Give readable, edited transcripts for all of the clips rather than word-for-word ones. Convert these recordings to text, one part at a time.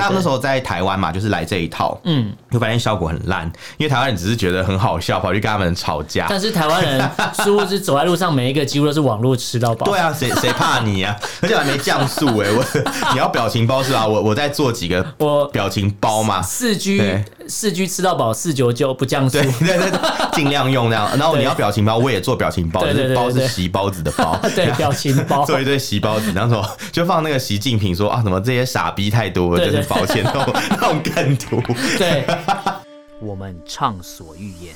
他们那时候在台湾嘛，就是来这一套，就发现效果很烂，因为台湾人只是觉得很好笑，跑去跟他们吵架。 但是台湾人殊不知走在路上每一个几乎都是网络吃到饱。 对啊，谁怕你啊？而且还没降速你要表情包是吧？我再做几个表情包嘛。4G 吃到饱499不降速， 对，尽量用那样。然后你要表情包，我也做表情包，就是包是席包子的包， 对，表情包做一堆席包子，然后就放那个习近平说啊，什么这些傻逼太多了，真是抱歉那种梗图。 对， 我们畅所欲言，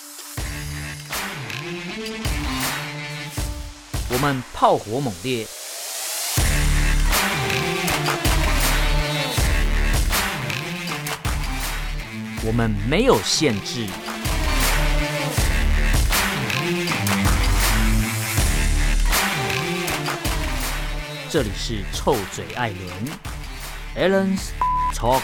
我们炮火猛烈，我们没有限制。这里是臭嘴艾伦 ，Alan's Talk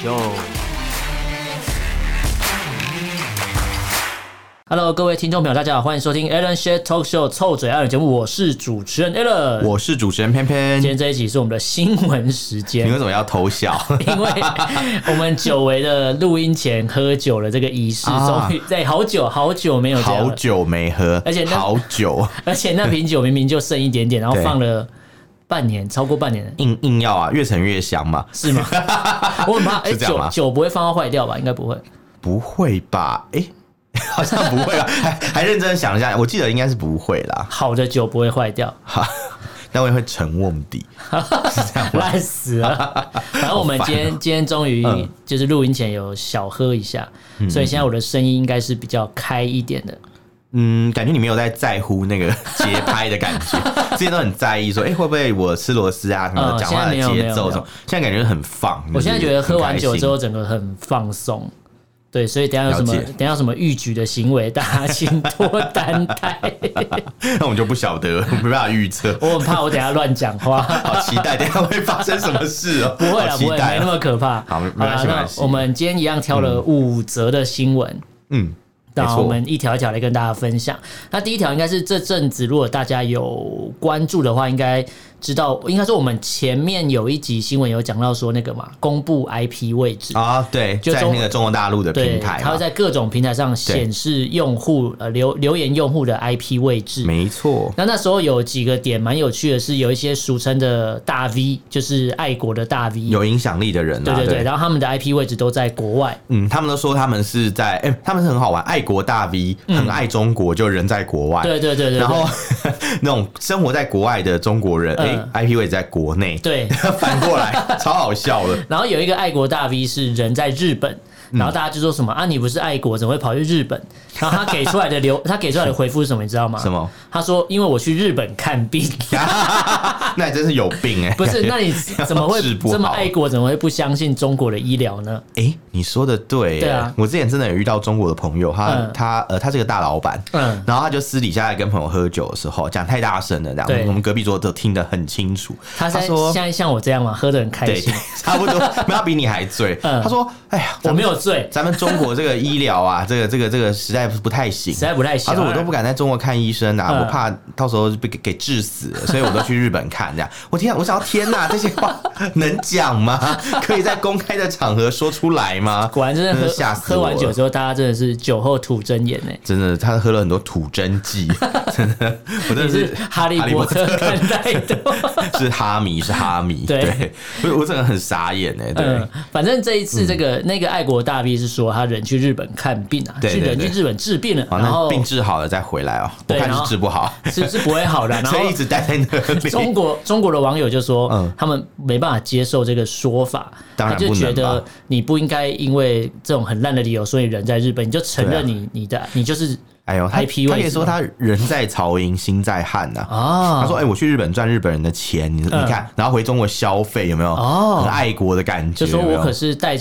Show。Hello， 各位听众朋友，大家好，欢迎收听 Alan's Talk Show 臭嘴艾伦节目，我是主持人 Alan， 我是主持人偏偏。 今天这一集是我们的新闻时间。 你为什么要偷笑？ 因为我们久违的录音前喝酒的这个仪式，终于在好久没有这样了， 好久没喝， 而且好久， 而且那瓶酒明明就剩一点点，然后放了半年，超过半年了， 硬要啊，越陈越香嘛， 是吗？我很怕，酒不会放到坏掉吧？应该不会， 不会吧？好像不会吧？还认真想一下，我记得应该是不会啦。 好的酒不会坏掉， 但我也会沉瓮底，是这样吗？ 烂死了。然后我们今天终于就是录音前有小喝一下，所以现在我的声音应该是比较开一点的。 感觉你没有在乎那个节拍的感觉，之前都很在意说，会不会我吃螺丝啊什么的，讲话的节奏什么，现在感觉很放。 我现在觉得喝完酒之后整个很放松。对，所以等一下有什么逾矩的行为，大家请多担待。 那我们就不晓得，没办法预测。 我很怕我等一下乱讲话， 好期待等一下会发生什么事哦。 不会啦，不会，没那么可怕。 好，没关系。 我们今天一样挑了5则的新闻。那我们一条一条来跟大家分享。那第一条应该是这阵子，如果大家有关注的话，应该知道，应该说我们前面有一集新闻有讲到说那个嘛，公布 IP 位置啊，对，就在那个中国大陆的平台， 它会在各种平台上显示用户留言用户的 IP 位置， 没错。那时候有几个点蛮有趣的是，有一些俗称的大 V， 就是爱国的大 V， 有影响力的人， 对，然后他们的 IP 位置都在国外， 他们都说他们是在，他们是很好玩，爱国大 V， 很爱中国，就人在国外， 对，然后那种生活在国外的中国人，IP 位置在国内， 对， 反过来超好笑的。 然后有一个爱国大 V 是人在日本，然后大家就说什么你不是爱国，怎么会跑去日本？然后他给出来的回复是什么？你知道吗？ 什么？ 他说因为我去日本看病。 那你真是有病不是，那你怎么会这么爱国？怎么会不相信中国的医疗呢？ 你说的对， 对啊， 我之前真的有遇到中国的朋友，他是个大老板，然后他就私底下在跟朋友喝酒的时候讲太大声了，这样我们隔壁桌都听得很清楚。 他说现在像我这样嘛，喝得很开心， 差不多，没有比你还醉。他说：“哎呀， 我没有醉， 咱们中国这个医疗啊，这个实在不太行， 实在不太行。” 他说：“我都不敢在中国看医生啊，我怕到时候被给治死了，所以我都去日本看。”这样，我想天哪，这些话能讲吗？可以在公开的场合说出来吗？ 果然真的吓死我了。喝完酒之后，大家真的是酒后吐真言呢。 真的，他喝了很多吐真剂，真的，我真的是哈利波特看太多， 是哈迷，对，我真的很傻眼呢。对， 反正这一次那个爱国大 V 是说他人去日本看病啊，去日本治病了，然后病治好了再回来哦。我看是治不好， 是不会好的。然后所以一直待在那里。 中国的网友就说，他们没办法接受这个说法，他就觉得你不应该因为这种很烂的理由，所以人在日本，你就承认你就是。IP 位置， 他也说他人在曹营心在汉呐。他说：“我去日本赚日本人的钱，你看，然后回中国消费有没有？很爱国的感觉。 就说我可是带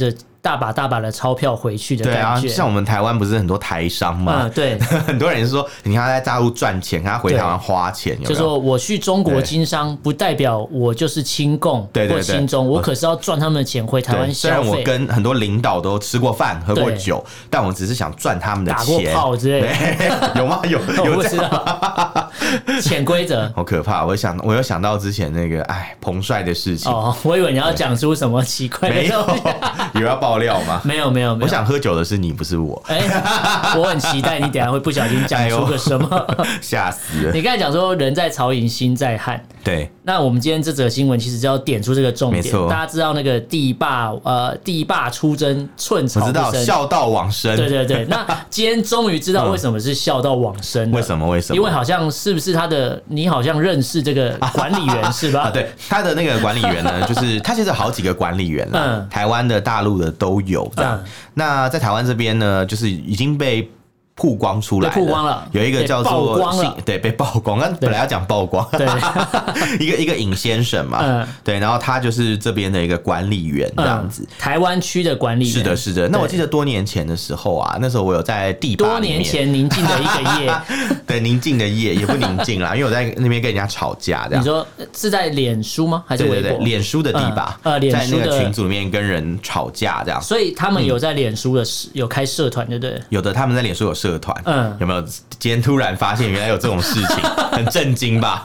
大把大把的钞票回去的感觉。 对啊，像我们台湾不是很多台商嘛， 对， 很多人是说，你看他在大陆赚钱，他回台湾花钱，有没有？ 就说我去中国经商，不代表我就是亲共或亲中，我可是要赚他们的钱回台湾消费。虽然我跟很多领导都吃过饭、喝过酒，但我只是想赚他们的钱， 打过炮之类的， 有吗？有我不知道。潜规则好可怕！我有想到之前那个彭帅的事情。 哦，我以为你要讲出什么奇怪的东西。 有要爆料吗？ 没有。 我想喝酒的是你，不是我。 我很期待你等一下会不小心讲出个什么， 吓死了！ 你刚才讲说人在曹营心在汉， 对。 那我们今天这则新闻其实就要点出这个重点。 没错， 大家知道那个帝壩出征，寸草不生， 我知道孝道往生。 对。那今天终于知道为什么是孝道往生了。 为什么？ 因为好像是不是你好像认识这个管理员是吧？ 对，他的那个管理员呢，就是他其实有好几个管理员啦，台湾的、大陆的都有这样。那在台湾这边呢，就是已经被曝光出来了，有一个叫做被曝光，本来要讲曝光， 对， 一个尹先生嘛，对，然后他就是这边的一个管理员这样子， 台湾区的管理员， 是的。那我记得多年前的时候啊，那时候我有在地巴多年前宁静的一个夜， 对，宁静的夜也不宁静啦，因为我在那边跟人家吵架，这样。 你说是在脸书吗？还是微博？ 对，脸书的地巴，在那个群组里面跟人吵架这样。 所以他们有在脸书的有开社团，对不对？ 有的，他们在脸书有社团，有没有？今天突然发现原来有这种事情，很震惊吧？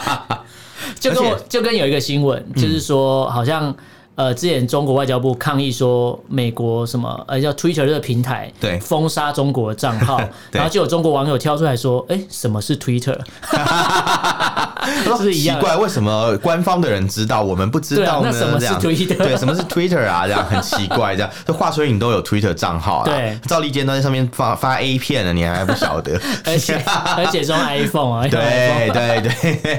就跟有一个新闻，就是说好像之前中国外交部抗议说美国什么叫 Twitter 这个平台对封杀中国的账号，然后就有中国网友跳出来说，什么是 Twitter？ 是一样， 奇怪，为什么官方的人知道，我们不知道呢？ 那什么是 Twitter？ 对，什么是 Twitter 啊？这样很奇怪，这样。这华春莹都有 Twitter 账号啊， 对， 赵立坚都在上面发 A 片了，你还不晓得？ 而且是用 iPhone 啊， 对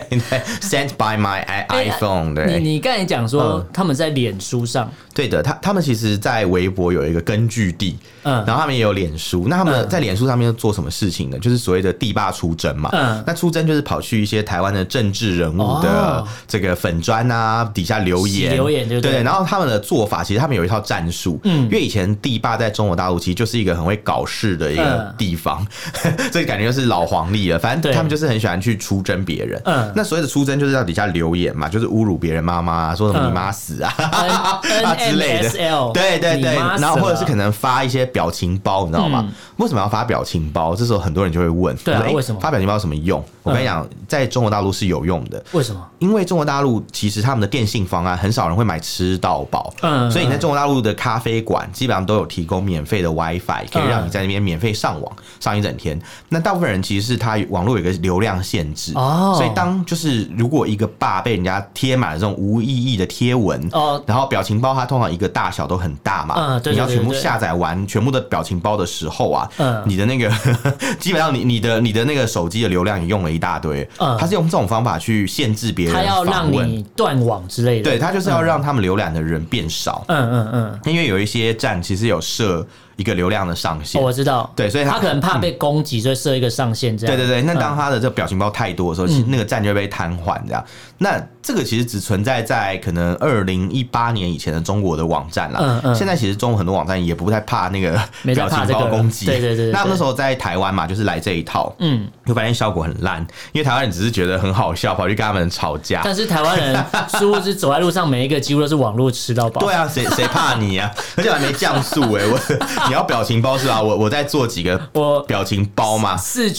，Sent by my iPhone。对， 你刚才讲说他们在脸书上， 对的，他们其实在微博有一个根据地，然后他们也有脸书。那他们在脸书上面做什么事情呢？就是所谓的帝壩出征嘛。那出征就是跑去一些台湾的政治人物的这个粉专啊底下留言，对。然后他们的做法，其实他们有一套战术。因为以前帝壩在中国大陆其实就是一个很会搞事的一个地方，这感觉就是老黄历了。反正他们就是很喜欢去出征别人。那所谓的出征就是在底下留言嘛，就是侮辱别人妈妈，说什么你妈死啊之类的。对，然后或者是可能发一些表情包，你知道吗？为什么要发表情包？这时候很多人就会问， 为什么发表情包有什么用？我跟你讲，在中国大陆是有用的。 为什么？ 因为中国大陆其实他们的电信方案很少人会买吃到饱，所以你在中国大陆的咖啡馆基本上都有提供免费的 WiFi， 可以让你在那边免费上网上一整天。那大部分人其实是他网络有一个流量限制，所以就是如果一个壩被人家贴满了这种无意义的贴文，然后表情包它通常一个大小都很大嘛，你要全部下载完全部的表情包的时候啊，你的那个基本上你的那个手机的流量也用了一大堆，他是用这种方法去限制别人访问， 他要让你断网之类的， 对，他就是要让他们浏览的人变少，因为有一些站其实有设一个流量的上限， 我知道， 对，所以他可能怕被攻击，所以设一个上限这样。 对，那当他的这表情包太多的时候，其实那个站就会被瘫痪这样。那这个其实只存在在可能2018年以前的中国的网站啦，现在其实中国很多网站也不太怕那个表情包攻击， 对。 那时候在台湾嘛，就是来这一套，就发现效果很烂，因为台湾人只是觉得很好笑，跑去跟他们吵架。 但是台湾人殊不知走在路上，每一个几乎都是网络吃到饱。 对啊，谁怕你啊？而且还没降速你要表情包是吧？我在做几个表情包嘛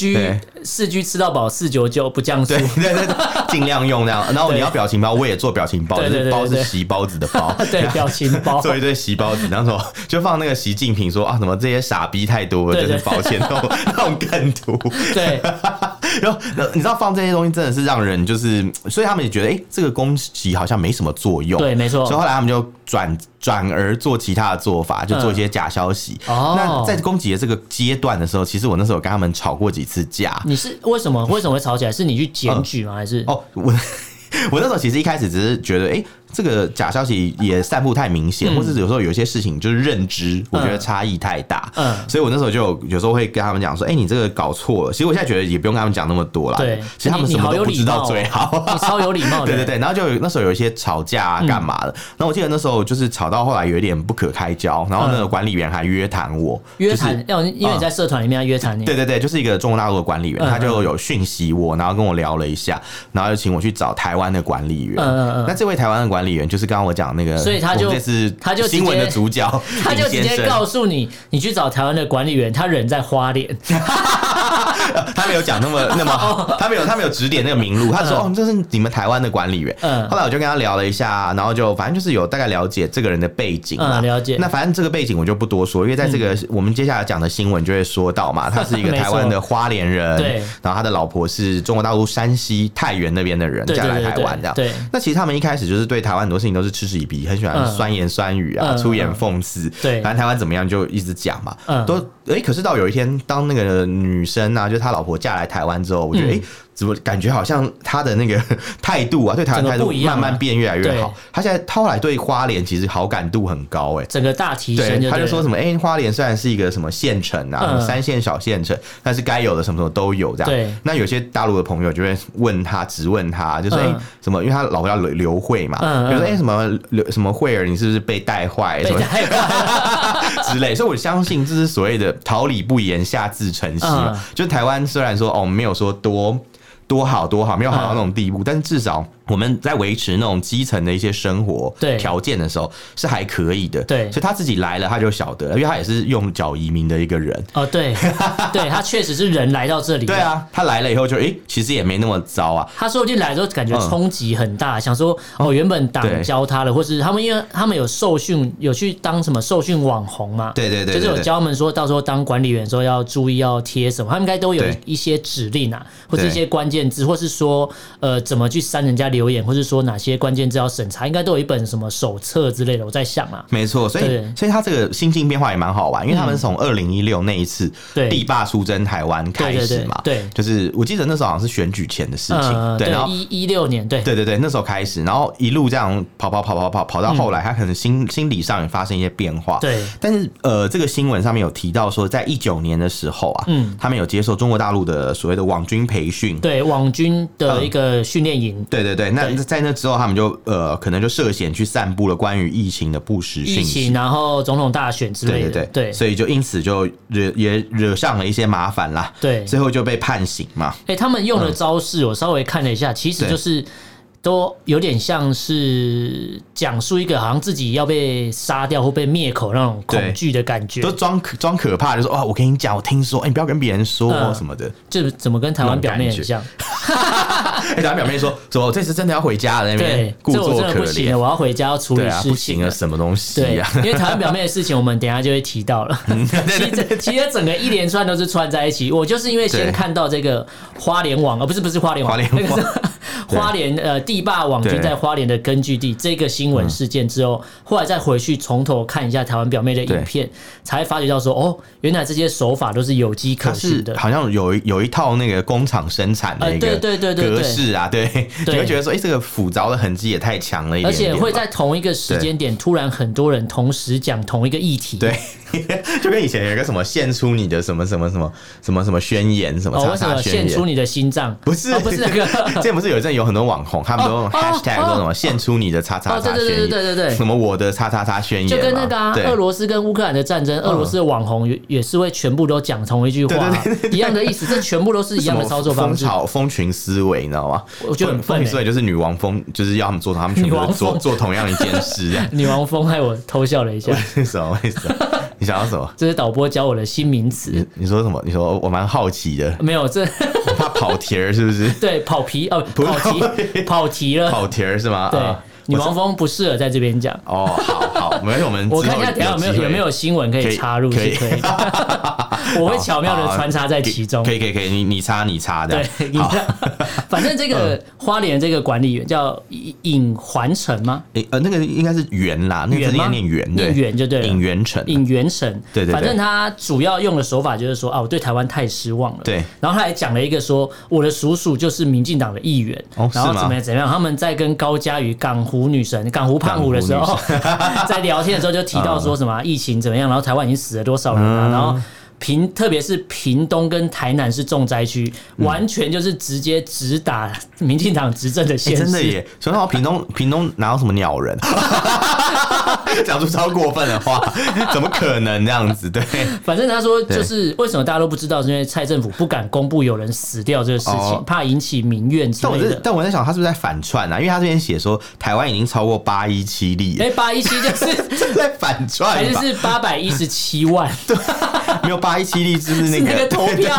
，4G 吃到饱499不降速， 对，尽量用那样。然后你要表情包，我也做表情包，就是包是席包子的包， 对，表情包做一堆席包子，然后就放那个习近平说啊，什么这些傻逼太多了，真是抱歉，那种梗图， 对。 然后你知道放这些东西真的是让人就是，所以他们也觉得这个攻击好像没什么作用， 对，没错。 所以后来他们就转而做其他的做法，就做一些假消息。那在攻击的这个阶段的时候，其实我那时候有跟他们吵过几次架。 你是为什么会吵起来？是你去检举吗？还是我那时候其实一开始只是觉得， 这个假消息也散布太明显，或者有时候有些事情就是认知，我觉得差异太大，所以我那时候就有时候会跟他们讲说，你这个搞错了。其实我现在觉得也不用跟他们讲那么多啦， 对， 其实他们什么都不知道最好， 你超有礼貌的， 对对对。然后就那时候有一些吵架啊，干嘛的？然后我记得那时候就是吵到后来有一点不可开交，然后那个管理员还约谈我， 约谈，因为你在社团里面约谈你， 对对对，就是一个中国大陆的管理员，他就有讯息我，然后跟我聊了一下，然后就请我去找台湾的管理员。那这位台湾的管理员就是刚刚我讲那个， 所以他就新闻的主角， 他就直接告诉你，你去找台湾的管理员，他人在花莲。 他没有讲那么，他没有指点那个名录，他说这是你们台湾的管理员。后来我就跟他聊了一下，然后就反正就是有大概了解这个人的背景嘛， 了解。 那反正这个背景我就不多说，因为在这个我们接下来讲的新闻就会说到嘛，他是一个台湾的花莲人，对，然后他的老婆是中国大陆山西太原那边的人，嫁来台湾这样。对，那其实他们一开始就是对台湾很多事情都是嗤之以鼻，很喜欢酸言酸语啊，出言讽刺，对，反正台湾怎么样就一直讲嘛，都可是到有一天，当那个女生啊，就是他老婆嫁来台湾之后，我觉得怎么感觉好像他的那个态度啊，对台湾态度慢慢变越来越好。他现在后来对花莲其实好感度很高， 整个大提升。 他就说什么花莲虽然是一个什么县城啊，3线小县城，但是该有的什么什么都有这样。对，那有些大陆的朋友就会问他，质问他，就说什么，因为他老婆叫刘慧嘛，比如说什么慧儿，你是不是被带坏？被带坏之类。所以我相信这是所谓的桃李不言，下自成蹊嘛。就台湾虽然说没有说多好，没有好到那种地步，但是至少我们在维持那种基层的一些生活条件的时候是还可以的。对，所以他自己来了，他就晓得，因为他也是用脚移民的一个人。 对，对他确实是人来到这里。 对啊，他来了以后就其实也没那么糟啊。 他说进来之后感觉冲击很大，想说原本党教他的，或是他们因为他们有受训，有去当什么受训网红嘛。对，就是有教他们说到时候当管理员的时候要注意要贴什么，他们应该都有一些指令啊，或是一些关键字，或是说怎么去删人家留言，或是说哪些关键字要审查，应该都有一本什么手册之类的。我在想啊， 没错，所以他这个心境变化也蛮好玩，因为他们从2016那一次帝霸出征台湾开始嘛，对，就是我记得那时候好像是选举前的事情， 对，然后16年，对， 那时候开始，然后一路这样跑到后来，他可能心理上也发生一些变化，对。但是这个新闻上面有提到说，在19年的时候啊，他们有接受中国大陆的所谓的网军培训， 对，网军的一个训练营， 对，那在那之后，他们就可能就涉嫌去散布了关于疫情的不实信息， 然后总统大选之类的， 对，所以就因此就惹上了一些麻烦啦，对，最后就被判刑嘛。 他们用的招式我稍微看了一下，其实就是都有点像是讲述一个好像自己要被杀掉或被灭口那种恐惧的感觉， 都装可怕，就说我跟你讲，我听说，你不要跟别人说什么的， 就怎么跟台湾表妹很像。 台湾表妹说，我这次真的要回家了，那边故作可怜， 我要回家要处理事情， 不行了，什么东西啊？ 因为台湾表妹的事情，我们等一下就会提到了。其实整个一连串都是串在一起。我就是因为先看到这个花莲网，不是花莲网，那个是花莲帝霸网军在花莲的根据地这个新闻事件之后，后来再回去从头看一下台湾表妹的影片，才发觉到说，原来这些手法都是有迹可循的， 好像有一套那个工厂生产的一个格式啊，对，你会觉得说，这个复杂的痕迹也太强了一点， 而且会在同一个时间点，突然很多人同时讲同一个议题， 对。就跟以前有一个什么献出你的什么宣言，什么叉叉宣言， 献出你的心脏， 不是那个，之前不是有一阵有很多网红，他们都用 hashtag 说什么献出你的叉叉叉宣言，对，什么我的叉叉叉宣言， 就跟那个俄罗斯跟乌克兰的战争，俄罗斯的网红也是会全部都讲同一句话，一样的意思，这全部都是一样的操作方式， 蜂群思维，你知道吗？ 我觉得很疯群思维就是女王蜂，就是要他们做，他们全部做同样一件事。 女王蜂害我偷笑了一下， 为什么？你想要什么？ 这是导播教我的新名词。 你说什么？你说我蛮好奇的。 没有，这我怕跑题儿是不是？ 对，跑题了。 跑题儿是吗？ 对，女王蜂不适合在这边讲。 好， 没关系，我们我看一下等一下有没有新闻可以插入，可以，我会巧妙的穿插在其中。 可以，你插的。 对，反正这个花莲这个管理员叫尹环成吗？ 那个应该是元啦，那个字念元， 念元就对了。 尹元成，对，反正他主要用的手法就是说啊，我对台湾太失望了。 对， 然后他还讲了一个说，我的叔叔就是民进党的议员，然后怎么样，他们在跟高嘉瑜港湖女神、港湖胖虎的时候，在聊天的时候就提到说什么疫情怎么样，然后台湾已经死了多少人啊，然后。特别是屏东跟台南是重灾区，完全就是直接直打民进党执政的县市。真的耶！所以屏东哪有什么鸟人？讲出超过分的话，怎么可能这样子？对， 反正他说就是为什么大家都不知道，是因为蔡政府不敢公布有人死掉这个事情，怕引起民怨之类的。 但我在想，他是不是在反串啊？因为他这边写说台湾已经超过817例 ，817就是在反串， 还是817万？ 对，没有817例，就是那个投票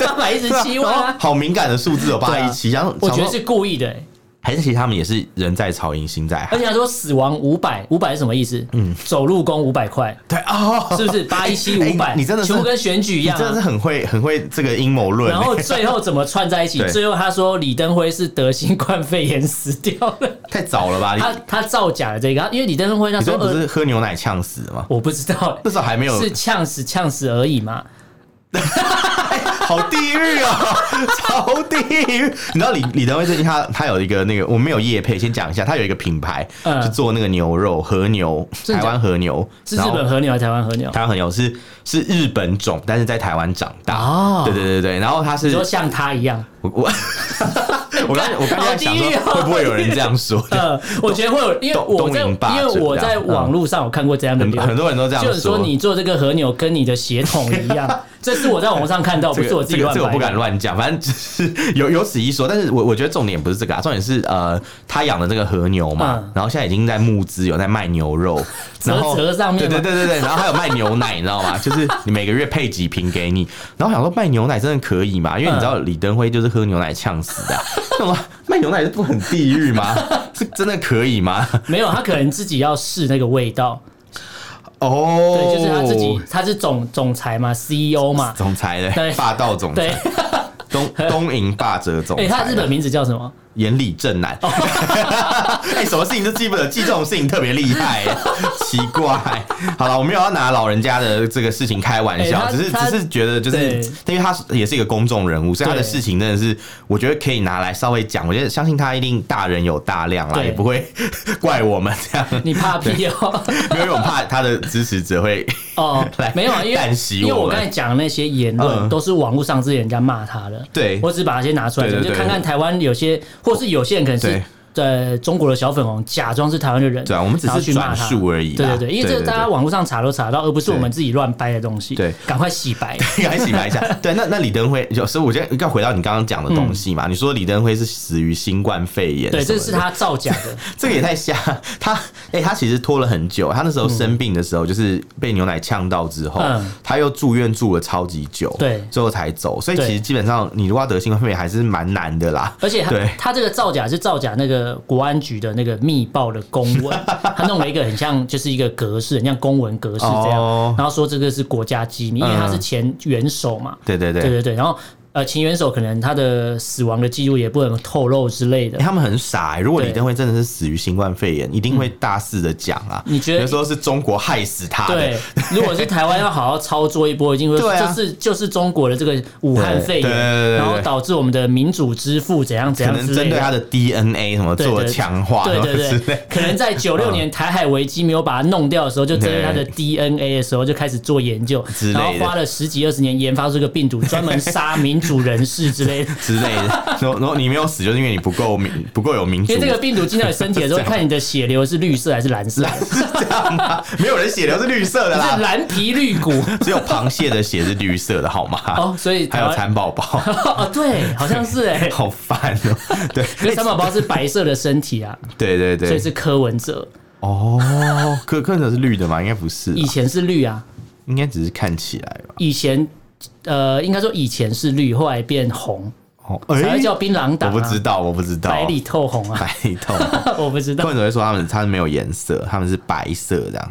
817万， 好敏感的数字哦，817。然后我觉得是故意的。 还是其实他们也是人在曹营心在海， 而且他说死亡500是什么意思？走路工500块， 对啊， 是不是817 500？ 你真的全部跟选举一样， 你真的是很会这个阴谋论。 然后最后怎么串在一起？最后他说李登辉是得新冠肺炎死掉了， 太早了吧？ 他造假了这个，因为李登辉那时候不是喝牛奶呛死吗？ 我不知道， 那时候还没有， 是呛死而已嘛。 好地狱哦，超地狱！你知道李登辉最近他有一个那个，我们没有业配，先讲一下，他有一个品牌，就做那个牛肉和牛，台湾和牛， 是日本和牛还是台湾和牛？ 台湾和牛是日本种，但是在台湾长大。哦，对，然后他是说像他一样， 我刚才想说会不会有人这样说？ 我觉得会有，因为我在网络上有看过这样的留言， 很多人都这样说，就是说你做这个和牛跟你的血统一样。这是我在网上看到，不是我自己乱这个我不敢乱讲，反正只是有此一说。但是我觉得重点不是这个重点是他养的这个和牛嘛，然后现在已经在募资，有在卖牛肉， 折上面， 对，然后还有卖牛奶，你知道吗？就是你每个月配几瓶给你，然后想说卖牛奶真的可以吗？因为你知道李登辉就是喝牛奶呛死的，那么卖牛奶是不很地狱吗？是真的可以吗？ 没有，他可能自己要试那个味道。 哦， 对，就是他自己，他是总裁嘛 ，CEO 嘛， 总裁的霸道总裁，东瀛霸者总裁。 他日本名字叫什么？ 严理正男。什么事情都记不得，记这种事情特别厉害，奇怪。好了，我没有要拿老人家的这个事情开玩笑，只是觉得就是因为他也是一个公众人物，所以他的事情真的是我觉得可以拿来稍微讲。我觉得相信他一定大人有大量啦，也不会怪我们这样。 你怕屁哦？ 没有，我怕他的支持者会没有，因为我刚才讲的那些言论都是网络上之前人家骂他的， 对， 我只把那些拿出来讲，就看看台湾有些，或是有些人可能是。中国的小粉红假装是台湾的人， 对啊，我们只是转述而已。 对，因为这大家网络上查都查到，而不是我们自己乱掰的东西。对，赶快洗白， 赶快洗白一下。对，那李登辉，所以我觉得要回到你刚刚讲的东西嘛。你说李登辉是死于新冠肺炎， 对，这是他造假的， 这个也太瞎。他其实拖了很久，他那时候生病的时候，就是被牛奶呛到之后，他又住院住了超级久，对，最后才走。所以其实基本上，你如果要得新冠肺炎，还是蛮难的啦。 而且他这个造假是造假那个。国安局的那个密报的公文，他弄了一个很像，就是一个格式，很像公文格式这样，然后说这个是国家机密，因为他是前元首嘛，对，然后。前元首可能他的死亡的记录也不能透露之类的。 他们很傻如果李登辉真的是死于新冠肺炎，一定会大肆的讲啊。你觉得说是中国害死他的？对， 如果是台湾要好好操作一波，一定会就是中国的这个武汉肺炎，然后导致我们的民主之父怎样怎样之类的， 可能针对他的 DNA 什么做强化， 对，可能在96年台海危机没有把它弄掉的时候，就针对他的 DNA 的时候就开始做研究，然后花了10几20年研发出这个病毒，专门杀民主人士之类的， 然后你没有死，就是因为你不够有民主。 因为这个病毒进到你身体的时候，看你的血流是绿色还是蓝色。 是这样吗？没有人血流是绿色的啦， 是蓝皮绿骨， 只有螃蟹的血是绿色的，好吗？ 所以还有蚕宝宝。 对，好像是好烦哦。对， 可是蚕宝宝是白色的身体啊。 对， 所以是柯文哲。 柯文哲是绿的吗？应该不是。 以前是绿啊， 应该只是看起来吧。 以前。应该说以前是绿，后来变红，才会叫槟榔党。 我不知道， 白里透红啊， 白里透红。 我不知道。 柯文哲会说他们没有颜色，他们是白色这样。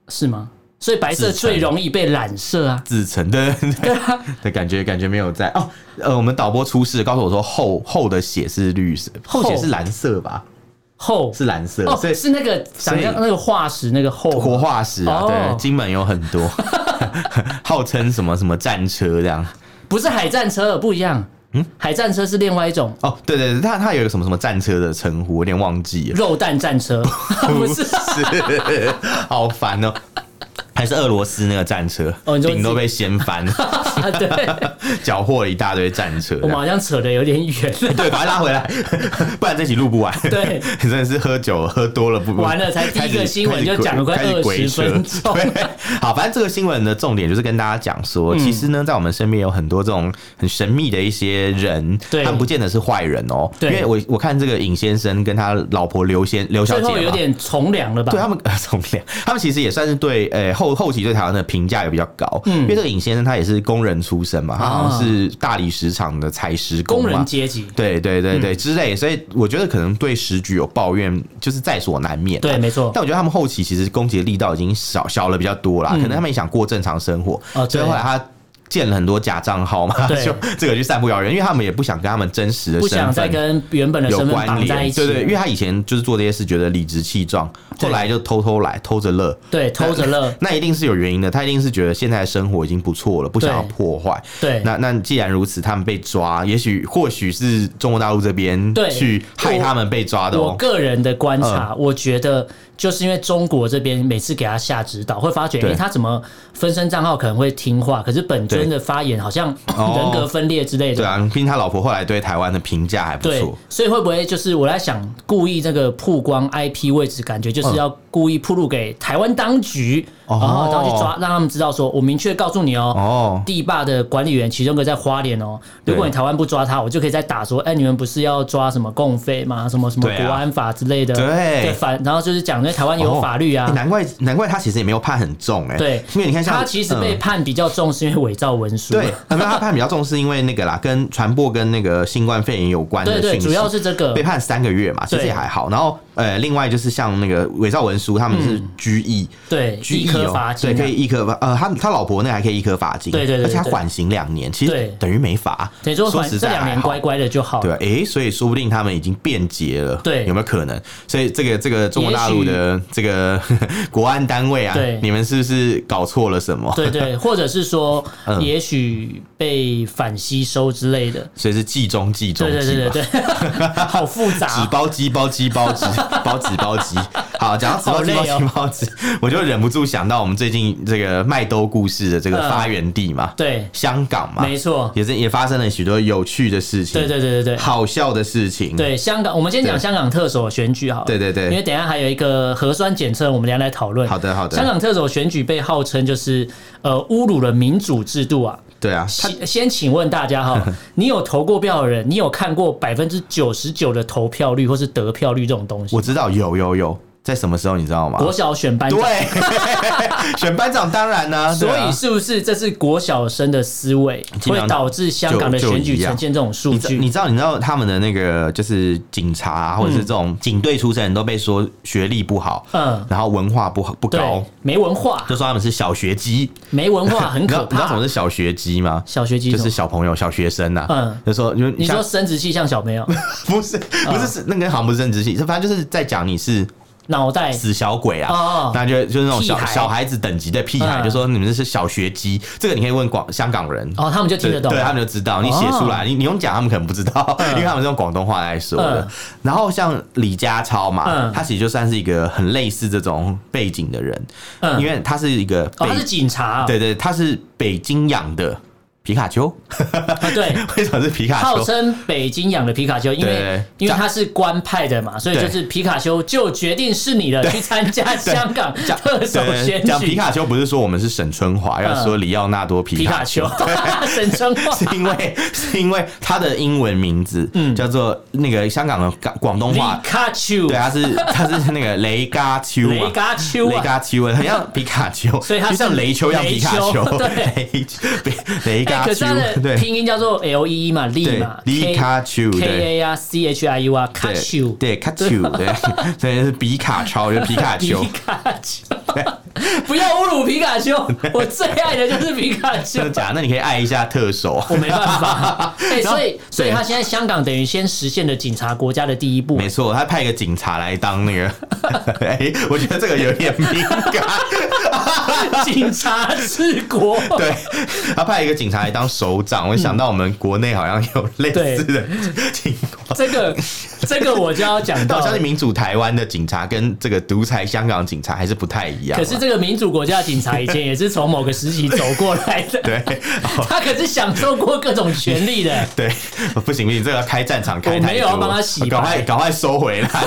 是吗？所以白色最容易被染色啊， 自成对感觉没有在哦。我们导播出事告诉我说后的血是绿色，后血是蓝色吧？后是蓝色， 所以是那个长像那个化石那个后活化石啊，对，金门有很多，号称什么什么战车这样， 不是海战车不一样。海战车是另外一种哦，对对对，它有一个什么战车的称呼，有点忘记了。 肉弹战车不是， 好烦哦。还是俄罗斯那个战车，顶都被掀翻， 对， 缴获了一大堆战车。 我们好像扯得有点远， 对，把它拉回来，不然这集录不完。 对， 真的是喝酒喝多了不完了，才第一个新闻就讲了快20分钟。 好，反正这个新闻的重点就是跟大家讲说，其实呢，在我们身边有很多这种很神秘的一些人，他们不见得是坏人哦。因为我看这个尹先生跟他老婆刘小姐， 最后有点从良了吧？ 对他们从良，他们其实也算是对后期对台湾的评价也比较高，因为这个尹先生他也是工人出身嘛，他好像是大理石厂的采石工嘛， 工人阶级， 对之类，所以我觉得可能对时局有抱怨，就是在所难免。 对，没错。 但我觉得他们后期其实攻击的力道已经小了比较多啦，可能他们也想过正常生活，所以后来他建了很多假账号嘛，就这个去散布谣言，因为他们也不想跟他们真实的身份不想再跟原本的身份绑在一起。 对，因为他以前就是做这些事觉得理直气壮，后来就偷来偷着乐。 对，偷着乐， 那一定是有原因的。他一定是觉得现在的生活已经不错了，不想要破坏。 对， 那既然如此，他们被抓，或许是中国大陆这边去害他们被抓的。 我个人的观察，我觉得就是因为中国这边每次给他下指导，会发觉他怎么分身账号可能会听话，可是本尊的发言好像人格分裂之类的。 对啊，毕竟他老婆后来对台湾的评价还不错， 所以会不会就是我在想，故意这个曝光 IP 位置，感觉就是要故意曝露给台湾当局，然后去抓，让他们知道说，我明确告诉你哦，地坝的管理员其中一个在花莲哦，如果你台湾不抓他，我就可以再打说，你们不是要抓什么共匪吗？什么国安法之类的，对，然后就是讲因为台湾有法律啊， 难怪他其实也没有判很重对， 因为你看他其实被判比较重是因为伪造文书， 对，那他判比较重是因为那个啦，跟传播跟那个新冠肺炎有关的讯息， 对，主要是这个被判3个月嘛，其实也还好。然后另外就是像那个伪造文书，他们是拘役， 对，一颗罚金， 对，可以一颗他老婆那还可以1颗罚金， 对， 而且他缓刑2年，其实等于没罚， 等于说这2年乖乖的就好了， 对，所以说不定他们已经变节了， 对， 有没有可能？所以这个中国大陆的这个国安单位啊，你们是不是搞错了什么？ 对，或者是说，也许被反吸收之类的， 所以是计中计， 对，好复杂， 纸包鸡包鸡包纸包鸡。好，讲到纸包鸡包纸，我就忍不住想到我们最近这个麦兜故事的这个发源地嘛， 对， 香港嘛， 没错， 也发生了许多有趣的事情， 对， 好笑的事情。 对，香港，我们先讲香港特首选举好了， 对， 因为等一下还有一个核酸检测，我们等一下来讨论。 好的。 香港特首选举被号称就是侮辱了民主制度啊。 对啊， 先请问大家哈，你有投过票的人，你有看过99%的投票率或是得票率这种东西？ 我知道有。在什么时候你知道吗？ 国小选班长， 对，选班长当然呢、 所以是不是这是国小生的思维会导致香港的选举呈现这种数据？ 你知道他们的那个就是警察、啊、或者是这种警队出身人都被说学历不好，然后文化不高， 没文化， 就说他们是小学鸡， 没文化很可怕。 你知道什么是小学鸡吗？ 小学鸡就是小朋友、小学生呐、啊。就说你说生殖器像小朋友， 不是那个好像不是生殖器，反正就是在讲你是。 脑袋死小鬼啊！那就是那种小孩子等级的屁孩，就说你们是小学鸡。这个你可以问香港人他们就听得懂， 对他们就知道。你写出来，你用讲，他们可能不知道，因为他们是用广东话来说的。然后像李家超嘛，他其实就算是一个很类似这种背景的人，因为他是一个他是警察， 对，他是北京养的。皮卡丘， 对， 为什么是皮卡丘？ 号称北京养的皮卡丘，因为他是官派的嘛，所以就是皮卡丘就决定是你了，去参加香港特首选举。 讲皮卡丘不是说我们是沈春华，要说里奥纳多皮卡丘， 沈春华是因为他的英文名字叫做那个香港的广东话皮卡丘， 对，他是那个雷嘎丘，雷嘎丘，很像皮卡丘， 所以他就像雷丘一样皮卡丘， 对， 雷嘎。 可是它的拼音叫做 LE 嘛，利嘛， 皮卡丘 ，KACHIU 啊，卡丘， 对，卡丘，对，所以是皮卡丘，就是皮卡丘。 不要侮辱皮卡丘，我最爱的就是皮卡丘。 真的假的？那你可以爱一下特首。 我没办法。所以他现在香港等于先实现了警察国家的第一步。 没错，他派一个警察来当那个，我觉得这个有点敏感。 警察治国。 对，他派一个警察来当首长，我想到我们国内好像有类似的情况。 这个我就要讲到， 我相信民主台湾的警察跟这个独裁香港警察还是不太一样。 可是这个民主国家的警察以前也是从某个时期走过来的， 对， 他可是享受过各种权利的。 对，不行，这个要开战场开太多， 我没有要帮他洗白， 赶快收回来。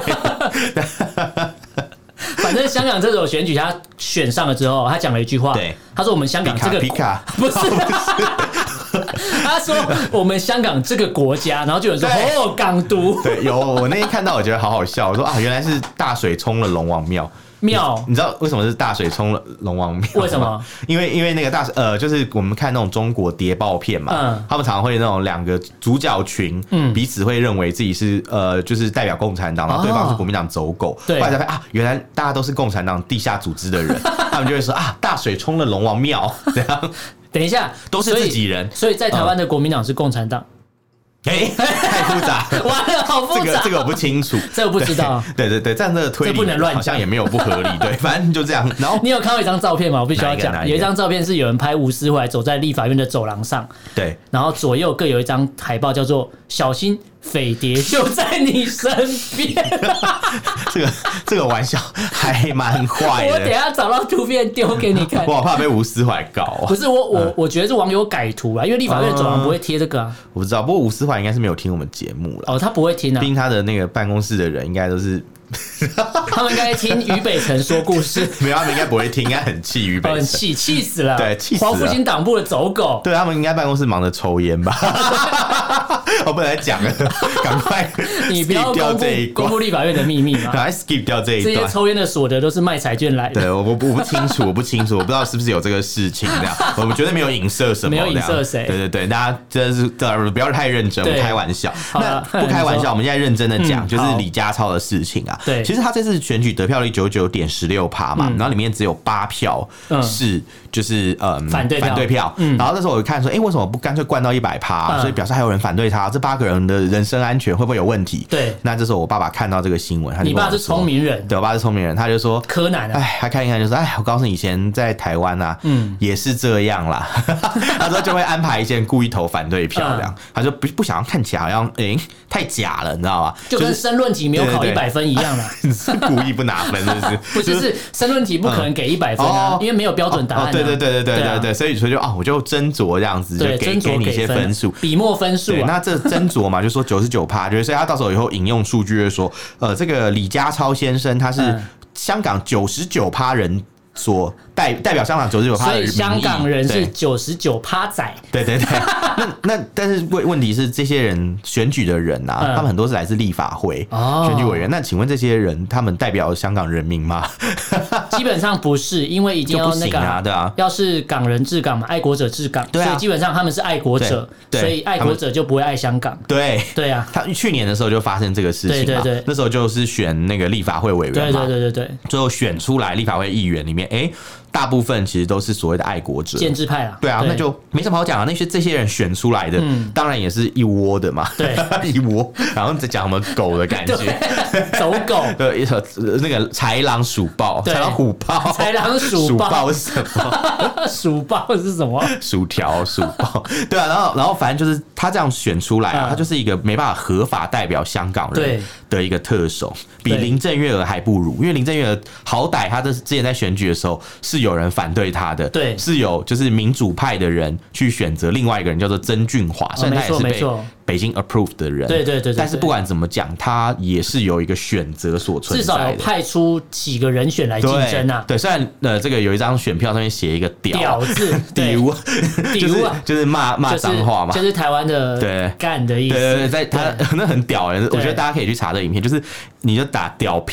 反正香港这种选举，他选上了之后，他讲了一句话，他说：“我们香港这个皮卡不是。”他说：“我们香港这个国家，然后就有人说哦，港独。” 对，有我那天看到，我觉得好好笑。我说啊，原来是大水冲了龙王庙。你知道为什么是大水冲了龙王庙？ 为什么？ 因为那个就是我们看那种中国谍报片嘛，他们常常会那种两个主角群，彼此会认为自己是就是代表共产党，然后对方是国民党走狗，后来才发现啊，原来大家都是共产党地下组织的人，他们就会说啊，大水冲了龙王庙，这样。 等一下， 都是自己人， 所以在台湾的国民党是共产党。 太复杂， 完了，好复杂， 这个我不清楚， 这个不知道。 对，这样的推理不能乱讲， 好像也没有不合理。对，反正就这样。然后你有看到一张照片吗？我必须要讲，有一张照片是有人拍吴思怀走在立法院的走廊上， 对， 然后左右各有一张海报，叫做“小心匪谍就在你身边”。 这个玩笑还蛮坏的。 我等一下找到图片丢给你看。 我好怕被吴思怀告。 不是我觉得是网友改图啊，因为立法院走廊不会贴这个啊。 我不知道，不过吴思怀应该是没有听我们节目了。 哦，他不会听啊。 毕竟他的那个办公室的人应该都是。 他们应该听于北辰说故事， 没有，他们应该不会听，应该很气于北辰， 很气死了， 对，气死了。 黄复兴党部的走狗， 对他们应该办公室忙着抽烟吧？我不能再讲了，赶快你不要公布立法院的秘密嘛， 赶快 skip 掉这一段。 这些抽烟的所得都是卖彩券来的。 对，我不清楚，我不知道是不是有这个事情这样。我们绝对没有影射什么， 没有影射谁。 对，大家真的是不要太认真，我开玩笑。那不开玩笑，我们现在认真的讲，就是李家超的事情啊。 对， 其实他这次选举得票率99.16%嘛，然后里面只有8票是就是反对票， 然后那时候我看说，为什么不干脆灌到100%？所以表示还有人反对他，这8个人的人身安全会不会有问题？ 对， 那这时候我爸爸看到这个新闻， 你爸是聪明人， 对，我爸是聪明人，他就说柯南啊， 他看一看就说，我告诉你，以前在台湾啊，也是这样啦。他说就会安排一些人故意投反对票，这样，他就不想要看起来好像太假了，你知道吗？ 就跟申论题没有考100分一样啦。 是故意不拿分，是不是？ 不是申论题不可能给100分啊，因为没有标准答案。 对，所以我就斟酌这样子，就给你一些分数， 笔墨分数。 对，那这斟酌嘛，就说99%，就是所以他到时候以后引用数据就说，这个李家超先生他是香港99%人所代表香港99%的民意， 所以香港人是99%仔。 对，那但是问题是，这些人选举的人啊，他们很多是来自立法会选举委员。那请问这些人，他们代表香港人民吗？ 基本上不是，因为一定要那个， 对啊， 要是港人治港嘛，爱国者治港，所以基本上他们是爱国者，所以爱国者就不会爱香港。对啊， 他去年的时候就发生这个事情嘛，那时候就是选那个立法会委员嘛， 对， 最后选出来立法会议员里面，大部分其实都是所谓的爱国者、 建制派啦。 对啊，那就没什么好讲啊。这些人选出来的，当然也是一窝的嘛。 对， 一窝，然后再讲什么狗的感觉， 走狗。 对，那个豺狼鼠豹，豺狼虎豹， 豺狼鼠豹是什么？ 鼠豹是什么？ 薯条鼠豹。对啊，然后反正就是他这样选出来啊，他就是一个没办法合法代表香港人的一个特首，比林郑月娥还不如。因为林郑月娥好歹他之前在选举的时候是有人反对他的， 对， 是有就是民主派的人去选择另外一个人叫做曾俊华，虽然他也是被北京 approve 的人， 对， 但是不管怎么讲，他也是有一个选择所存在的， 至少有派出几个人选来竞争啊。 对，虽然这个有一张选票上面写一个屌字， 屌，就是骂脏话嘛， 就是台湾的干的意思。 对，在他那很屌，我觉得大家可以去查这个影片，就是你就打屌票。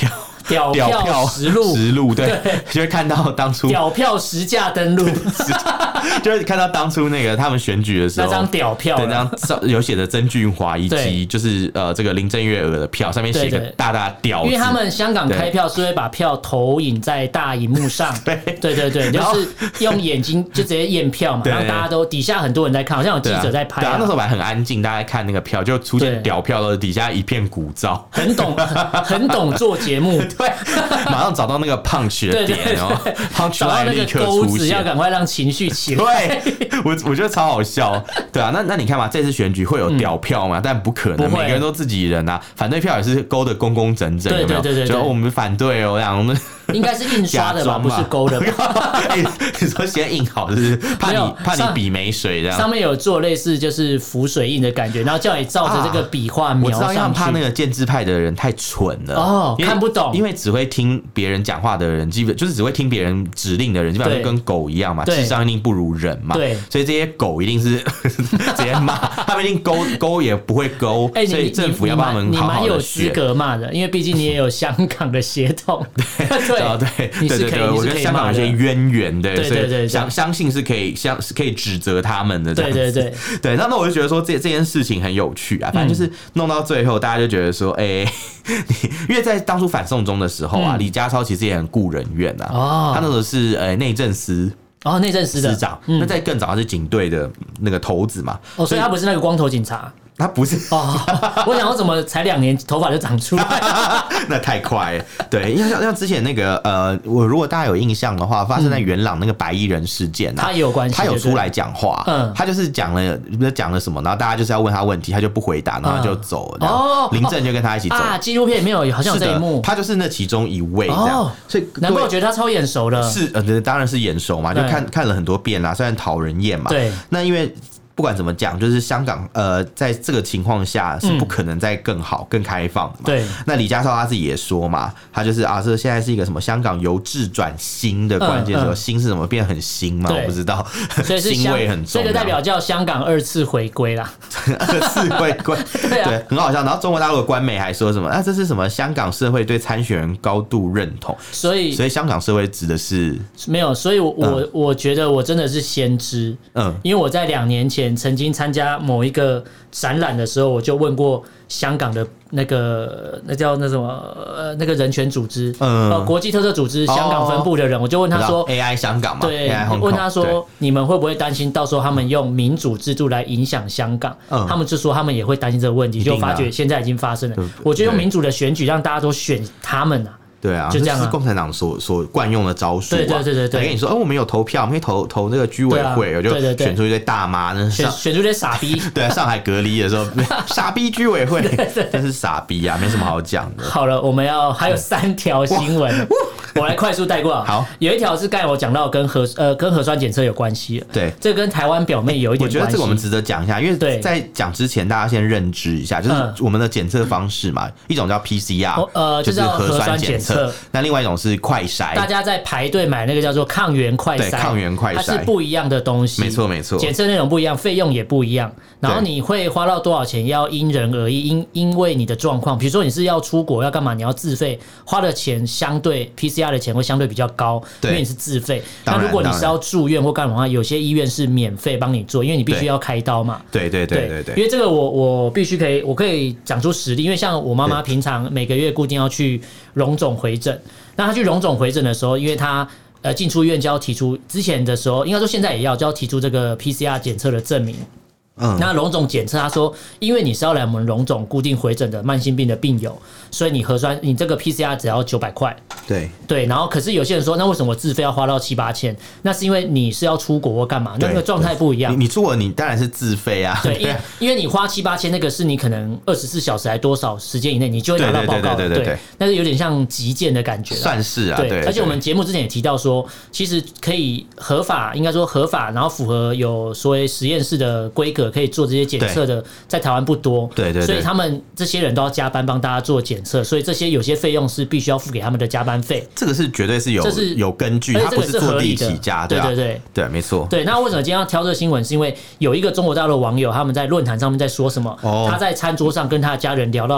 屌票实录， 对，就会看到当初屌票实价登录， 就是看到当初那个他们选举的时候那张屌票， 那张有写的曾俊华以及就是这个林郑月娥的票，上面写个大大屌字， 因为他们香港开票是会把票投影在大荧幕上，对，就是用眼睛就直接验票嘛，让大家都底下很多人在看，好像有记者在拍。 对啊，那时候还很安静，大家看那个票就出现屌票的底下一片鼓噪， 很懂做节目， 对，马上找到那个 punch 的点，然后 punch 找到那个钩子，要赶快让情绪起来。 对，我觉得超好笑，对啊，那你看嘛，这次选举会有屌票嘛？但不可能，每个人都自己人啊，反对票也是勾得工工整整，有没有？对，就我们反对哦，这样我们应该是印刷的吧，不是勾的吧？ 你说先印好，就是怕你笔没水这样。 上面有做类似就是浮水印的感觉，然后叫你照着这个笔画描上去。 我知道，怕那个建制派的人太蠢了哦，看不懂， 因为只会听别人讲话的人，基本就是只会听别人指令的人，基本上就跟狗一样嘛，智商一定不如人嘛。对，所以这些狗一定是直接骂，他们一定勾也不会勾。所以政府要帮他们好好的学。 你蛮有资格骂的，因为毕竟你也有香港的血统。 对，我跟香港有些渊源的，所以相信是可以指责他们的。对，那我就觉得说这件事情很有趣啊，反正就是弄到最后，大家就觉得说，因为在当初反送中的时候啊，李家超其实也很顾人怨啊，他那时候是内政司。 内政司的司长，那在更早他是警队的那个头子嘛， 所以他不是那个光头警察。 他不是我想说怎么才2年头发就长出来， 那太快了。对，因为像之前那个我如果大家有印象的话，发生在元朗那个白衣人事件啊， 他也有关系， 他有出来讲话，他就是讲了什么，然后大家就是要问他问题，他就不回答，然后他就走了。林郑就跟他一起走纪录片里面好像有这一幕， 他就是那其中一位这样，所以难怪我觉得他超眼熟的， 是当然是眼熟嘛，就看了很多遍啦，虽然讨人厌嘛，对，那因为。不管怎么讲，就是香港在这个情况下是不可能再更好、更开放的嘛。对，那李家超他自己也说嘛，他就是这现在是一个什么香港由治转新的关键时候，新是什么变很新嘛？我不知道， 所以是腥味很重。 这个代表叫香港2次回归啦 ，2次回归，对，很好笑。然后中国大陆的官媒还说什么这是什么香港社会对参选人高度认同，所以香港社会指的是没有，所以我觉得我真的是先知，因为我在2年前。曾经参加某一个展览的时候，我就问过香港的那叫那什么那个人权组织，国际特色组织香港分部的人，我就问他说 ，AI 香港嘛， 对，问他说，你们会不会担心到时候他们用民主制度来影响香港？他们就说他们也会担心这个问题，就发觉现在已经发生了。我觉得用民主的选举让大家都选他们啊。 对啊，就这样，是共产党所惯用的招数啊。对，跟你说，我们有投票，我们可以投那个居委会，我就选出一堆大妈， 选出一堆傻逼。 对，上海隔离的时候，傻逼居委会，真是傻逼啊，没什么好讲的。 好了，我们还有3条新闻，我来快速带过。好，有一条是刚才我讲到跟核酸检测有关系的，对，这跟台湾表妹有一点关系。 我觉得这个我们值得讲一下，因为在讲之前，大家先认知一下，就是我们的检测方式嘛，一种叫 PCR，就是核酸检测。那另外一种是快筛， 大家在排队买那个叫做抗原快筛， 抗原快筛它是不一样的东西， 没错， 检测内容不一样，费用也不一样，然后你会花到多少钱要因人而异，因为你的状况，比如说你是要出国要干嘛，你要自费，花的钱相对 PCR 的钱会相对比较高，因为你是自费。那如果你是要住院或干嘛的话，有些医院是免费帮你做，因为你必须要开刀嘛。对，因为这个我必须我可以讲出实例，因为像我妈妈平常每个月固定要去荣总回诊。那他去荣总回诊的时候，因为他进出医院就要提出，之前的时候应该说现在也就要提出这个 PCR 检测的证明。那荣总检测他说，因为你是要来我们荣总固定回诊的慢性病的病友，所以你核酸你这个 PCR 只要900块。对，然后可是有些人说，那为什么我自费要花到7、8千？那是因为你是要出国或干嘛，那个状态不一样。 你出国你当然是自费啊。 对，因为你花7、8千，那个是你可能24小时还多少时间以内，你就会拿到报告。对，那是有点像急件的感觉。 算是啊。对， 而且我们节目之前也提到说，其实可以合法，应该说合法，然后符合有所谓实验室的规格，可以做这些检测的，在台湾不多。对，所以他们这些人都要加班帮大家做检测，所以这些有些费用是必须要付给他们的加班费。 这个是绝对是有根据，它不是坐地起价，对，没错。 对，那为什么今天要挑这个新闻？是因为有一个中国大陆网友他们在论坛上面在说什么？他在餐桌上跟他的家人聊到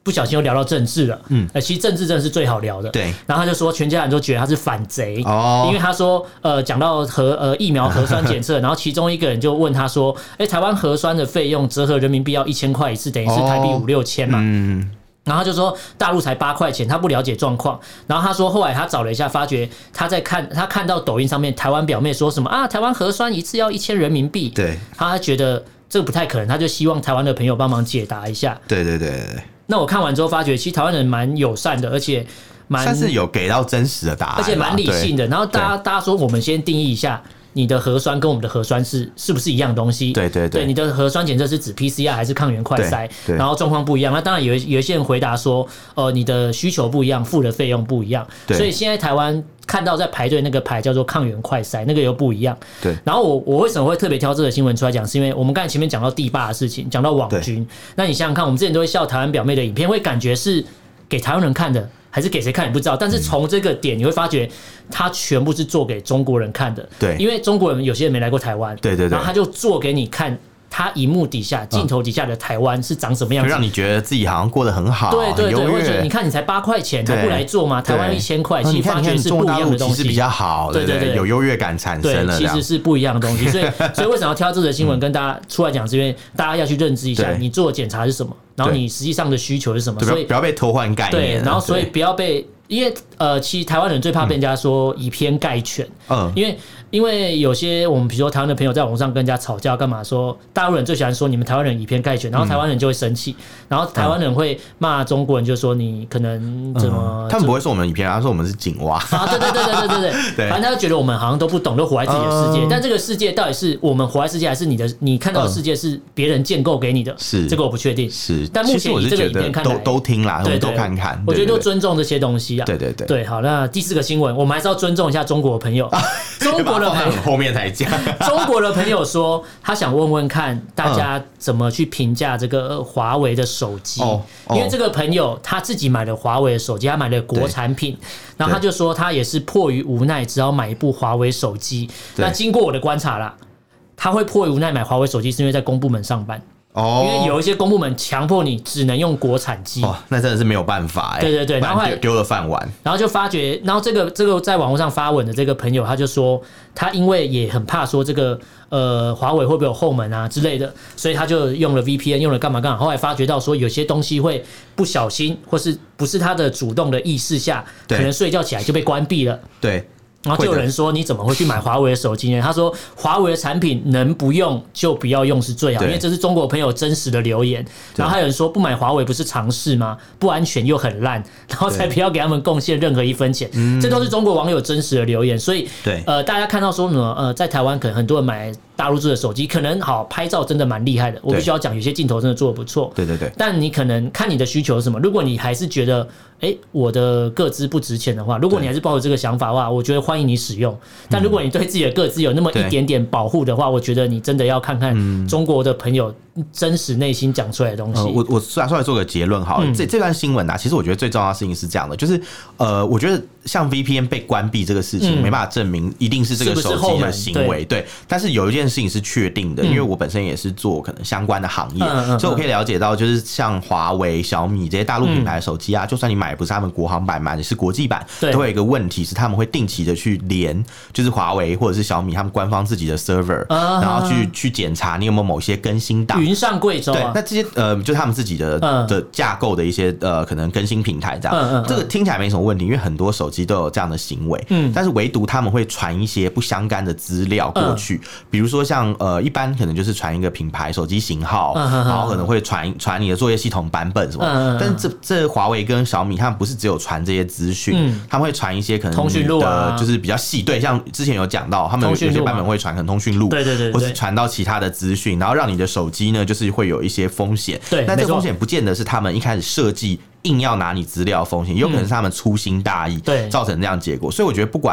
不小心又聊到政治了，其实政治真的是最好聊的， 对。 然后他就说全家人都觉得他是反贼，因为他说讲到疫苗核酸检测，然后其中一个人就问他说，台湾核酸的费用折合人民币要1000块一次，等于是台币5-6千嘛，然后他就说大陆才8块钱，他不了解状况。然后他说后来他找了一下，发觉他看到抖音上面台湾表妹说什么啊，台湾核酸一次要1000人民币， 对， 他觉得这个不太可能，他就希望台湾的朋友帮忙解答一下。 对。 那我看完之后发觉，其实台湾人蛮友善的，而且算是有给到真实的答案， 而且蛮理性的。然后大家说，我们先定义一下。你的核酸跟我们的核酸是不是一样东西？对，你的核酸检测是指 PCR 还是抗原快筛？然后状况不一样。那当然有一些人回答说，你的需求不一样，付的费用不一样。所以现在台湾看到在排队那个牌叫做抗原快筛，那个又不一样。 对。 然后我为什么会特别挑这个新闻出来讲，是因为我们刚才前面讲到帝霸的事情，讲到网军。那你想想看，我们之前都会笑台湾表妹的影片，会感觉是给台湾人看的。还是给谁看也不知道，但是从这个点你会发觉，他全部是做给中国人看的。 对， 因为中国人有些人没来过台湾， 对， 然后他就做给你看。他荧幕底下、镜头底下的台湾是长什么样子， 就让你觉得自己好像过得很好， 对，或者你看你才8块钱，还不来做吗？台湾1000块，其实发觉是不一样的东西， 其实比较好，对，有优越感产生了， 其实是不一样的东西。所以为什么要挑这则新闻跟大家出来讲？是因为大家要去认知一下，你做的检查是什么，然后你实际上的需求是什么，所以不要被偷换概念。 对，然后所以不要被，因为其实台湾人最怕被人家说以偏概全，因为有些我们比如说台湾的朋友在网上跟人家吵架干嘛，说大陆人最喜欢说你们台湾人以偏概全，然后台湾人就会生气，然后台湾人会骂中国人，就说你可能怎么， 他们不会说我们以偏，他说我们是井蛙啊，对，反正他就觉得我们好像都不懂，都活在自己的世界，但这个世界到底是我们活在世界，还是你看到的世界是别人建构给你的？ 是这个我不确定， 是， 但目前以这个影片看来都听啦，都看看， 我觉得都尊重这些东西啊， 对， 好，那第4个新闻，我们还是要尊重一下中国的朋友，中国的朋友后面才讲， 中国的朋友说他想问问看大家怎么去评价这个华为的手机，因为这个朋友他自己买了华为的手机，他买了国产品，然后他就说他也是迫于无奈只好买一部华为手机。那经过我的观察啦，他会迫于无奈买华为手机是因为在公部门上班。因为有一些公部门强迫你只能用国产机， 那真的是没有办法。 对，然后丢了饭碗， 然后就发觉，然后这个在网络上发文的这个朋友，他就说他因为也很怕说这个华为会不会有后门啊之类的，所以他就用了 VPN， 用了干嘛，后来发觉到说有些东西会不小心或是不是他的主动的意识下，可能睡觉起来就被关闭了。对。然后就有人说你怎么会去买华为的手机呢？他说华为的产品能不用就不要用是最好，因为这是中国朋友真实的留言。然后还有人说不买华为不是尝试吗？不安全又很烂，然后才不要给他们贡献任何1分钱。这都是中国网友真实的留言。所以大家看到说什么在台湾可能很多人买大陆制的手机，可能好拍照真的蛮厉害的，我必须要讲有些镜头真的做得不错。对，但你可能看你的需求是什么。如果你还是觉得我的个资不值钱的话，如果你还是抱着这个想法的话，我觉得欢迎你使用。但如果你对自己的个资有那么一点点保护的话，我觉得你真的要看看中国的朋友真实内心讲出来的东西。 我出来做个结论好了。这段新闻啊，其实我觉得最重要的事情是这样的，就是我觉得像 VPN 被关闭这个事情没办法证明一定是这个手机的行为，对。但是有一件事情是确定的，因为我本身也是做可能相关的行业，所以我可以了解到，就是像华为、小米这些大陆品牌的手机啊，就算你买不是他们国行版嘛，你是国际版，都会有一个问题是他们会定期的去连，就是华为或者是小米他们官方自己的 server， 然后去检查你有没有某些更新档。 云上贵州啊， 对，那这些就是他们自己的架构的一些可能更新平台这样，这个听起来没什么问题，因为很多手机都有这样的行为，但是唯独他们会传一些不相干的资料过去，比如说像一般可能就是传一个品牌手机型号，然后可能会传你的作业系统版本什么，但是这华为跟小米他们不是只有传这些资讯，他们会传一些可能通讯录啊， 就是比较细，对，像之前有讲到，他们有些版本会传可能通讯录， 对， 或是传到其他的资讯，然后让你的手机呢就是会有一些风险，对，那这个风险不见得是他们一开始设计硬要拿你资料的风险，有可能是他们粗心大意造成这样结果。所以我觉得不管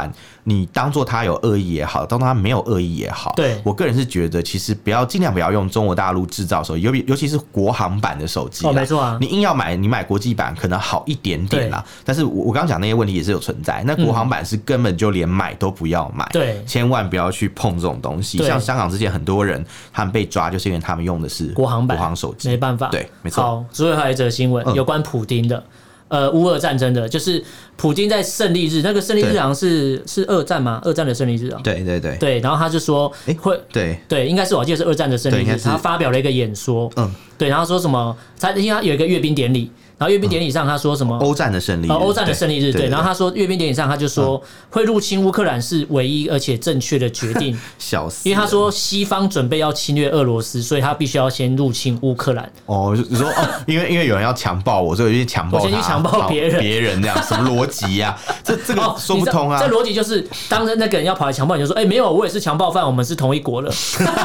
你当做他有恶意也好，当做他没有恶意也好， 对， 我个人是觉得其实尽量不要用中国大陆制造手机，尤其是国行版的手机。 没错啊， 你硬要买，你买国际版可能好一点点啦。但是我刚刚讲那些问题也是有存在。那国行版是根本就连买都不要买，对，千万不要去碰这种东西。像香港之前很多人他们被抓，就是因为他们用的是国行手机， 没办法。 对，没错。 好，最后还有一则新闻，有关普丁的。乌俄战争的，就是普丁在胜利日，那个胜利日好像是二战吗？二战的胜利日啊。 对， 然后他就说会，对，应该是我记得是二战的胜利日，他发表了一个演说，对，然后说什么，因为他有一个阅兵典礼。然后阅兵典礼上他说什么？ 欧战的胜利日， 欧战的胜利日，对。然后他说阅兵典礼上他就说会入侵乌克兰是唯一而且正确的决定。 笑死！ 因为他说西方准备要侵略俄罗斯，所以他必须要先入侵乌克兰。 你说因为有人要强暴我，所以我就强暴他， 我先去强暴别人这样什么逻辑呀？这个说不通啊！ 这逻辑就是当那个人要跑来强暴你，就说没有，我也是强暴犯，我们是同一国了。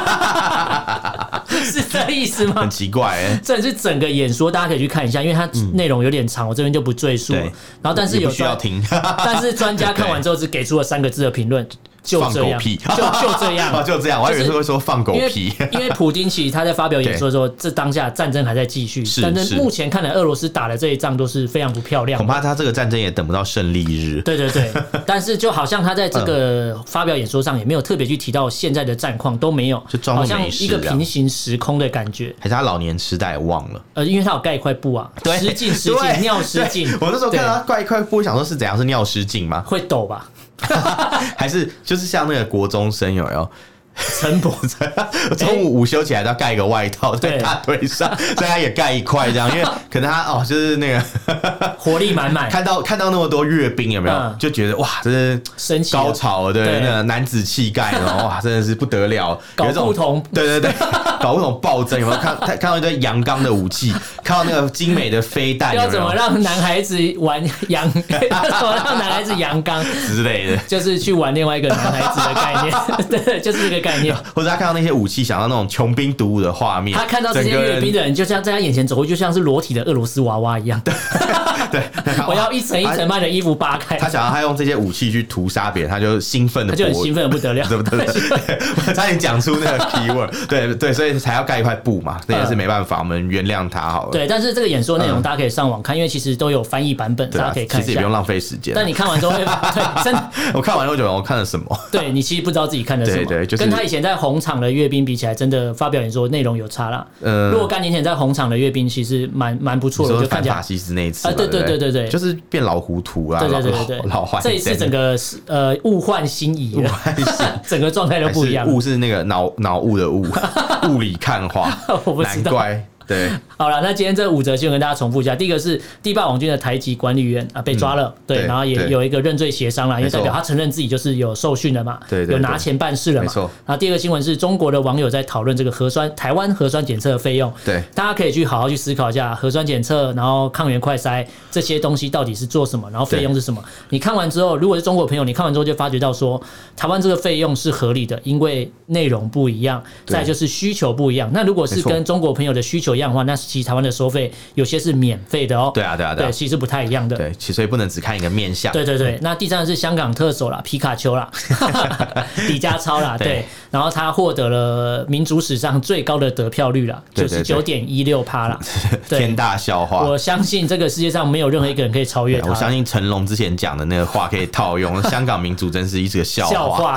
是这意思吗？ 很奇怪这是整个演说，大家可以去看一下，因为它内容有点长，我这边就不赘述了。然后，但是需要听， 但是专家看完之后只给出了3个字的评论。就这样，就这样， 就这样。我还以为是会说放狗屁， 因为普丁其实他在发表演说的时候，这当下战争还在继续，但是目前看来，俄罗斯打的这一仗都是非常不漂亮。 恐怕他这个战争也等不到胜利日。 对，但是就好像他在这个发表演说上也没有特别去提到现在的战况，都没有， 就装作没事， 好像一个平行时空的感觉。 还是他老年痴呆忘了？ 因为他有盖一块布啊，失禁，尿失禁。 我那时候看到他盖一块布，想说是怎样？是尿失禁吗？ 会抖吧？ 还是就是像那个国中生有没有？ 陈伯中午午休起来都要盖一个外套在大腿上，所以他也盖一块这样，因为可能他就是那个活力满满， 看到那么多阅兵有没有，就觉得哇，这是高潮，对，那个男子气概，然后哇，真的是不得了， 搞不同， 对，搞不同暴增，有没有看到一堆阳刚的武器，看到那个精美的飞弹， 要怎么让男孩子玩阳，要怎么让男孩子阳刚之类的， 就是去玩另外一个男孩子的概念，对，就是这个概念。 或者他看到那些武器，想到那种穷兵黩武的画面， 他看到这些阅兵的人，就像在他眼前走过，就像是裸体的俄罗斯娃娃一样。 对， 我要一层一层把你的衣服扒开。 他想要他用这些武器去屠杀别人，他就兴奋的， 他就很兴奋的不得了， 对不对？我差点讲出那个 keyword， 对，所以才要盖一块布嘛，这也是没办法，我们原谅他好了。 对，但是这个演说内容大家可以上网看，因为其实都有翻译版本，大家可以看一下， 其实也不用浪费时间。 但你看完之后会，对，真的， 我看完之后觉得我看了什么？ 对你其实不知道自己看了什么，对，跟他以前在红场的阅兵比起来，真的发表演说内容有差啦。若干年前在红场的阅兵其实蛮不错的，就看起来法西斯那一次， 对， 就是变老糊涂啦， 对，老坏。这一次整个物换星移了，整个状态都不一样。 物是那个脑雾的雾，雾里看花， 我不知道。 难怪。对， 好了，那今天这5则新闻跟大家重复一下。第一个是地霸网军的台籍管理员被抓了，对，然后也有一个认罪协商啦，因为代表他承认自己就是有受训了嘛，对，有拿钱办事了嘛，没错。然后第二个新闻是中国的网友在讨论这个台湾核酸检测的费用，对，大家可以去好好去思考一下核酸检测，然后抗原快筛这些东西到底是做什么，然后费用是什么。你看完之后，如果是中国朋友，你看完之后就发觉到说，台湾这个费用是合理的，因为内容不一样，再就是需求不一样。那如果是跟中国朋友的需求一样的话，那其实台湾的收费有些是免费的哦。对啊，其实不太一样的。 对，所以不能只看一个面向。 对。那第三个是香港特首啦，皮卡丘啦，李家超啦，对。然后他获得了民主史上最高的得票率啦，99.16%啦， 天大笑话。 我相信这个世界上没有任何一个人可以超越他。 我相信成龙之前讲的那个话可以套用，香港民主真是一个笑话。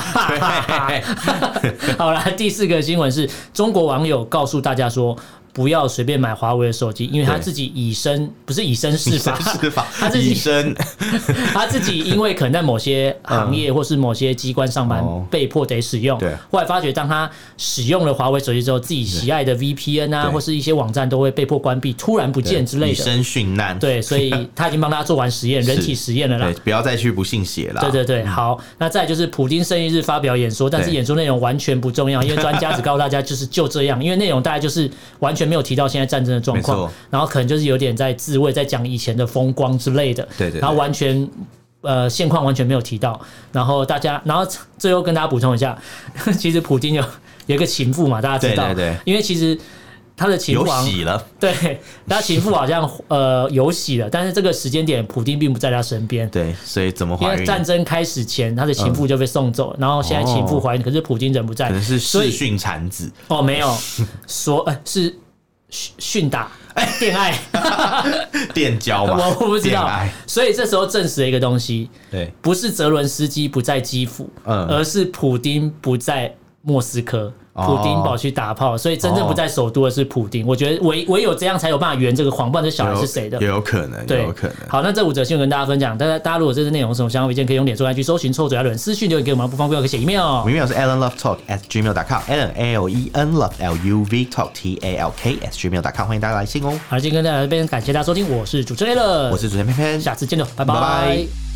好啦，第4个新闻是中国网友告诉大家说，不要随便买华为的手机，因为他自己不是以身试法，他自己因为可能在某些行业或是某些机关上班，被迫得使用。后来发觉，当他使用了华为手机之后，自己喜爱的 VPN 啊，或是一些网站都会被迫关闭，突然不见之类的，以身殉难。对， 所以他已经帮大家做完实验，人体实验了啦。 不要再去不信邪了。 对，好，那再来就是普丁胜利日发表演说，但是演说内容完全不重要，因为专家只告诉大家就这样，因为内容大概就是完全没有提到现在战争的状况，然后可能就是有点在自慰，在讲以前的风光之类的，对，然后完全现况完全没有提到，然后最后跟大家补充一下，其实普丁有一个情妇嘛，大家知道，对，因为其实他的情妇有喜了， 对，他情妇好像有喜了，但是这个时间点普丁并不在他身边， 对，所以怎么怀孕？ 因为战争开始前，他的情妇就被送走，然后现在情妇怀孕，可是普丁人不在， 可能是视讯产子哦，没有是训打。恋爱电交嘛， 我不知道，所以这时候证实了一个东西， 对， 不是泽伦斯基不在基辅，而是普丁不在莫斯科。普丁跑去打炮，所以真正不在首都的是普丁。我觉得唯有这样才有办法圆这个谎，不然这小孩是谁的？ 也有可能， 对， 有可能。 好，那这5则新闻跟大家分享。大家如果这次内容有什么相关意见，可以用脸书来去搜寻臭嘴艾伦私讯留言给我们，不方便可以写 email。 email 是 allenlovetalk@gmail.com，allen ALEN LOVE TALK@gmail.com， 欢迎大家来信哦。 好，今天跟大家这边感谢大家收听，我是主持人 Allen， 我是主持人偏偏， 下次见喽，拜拜。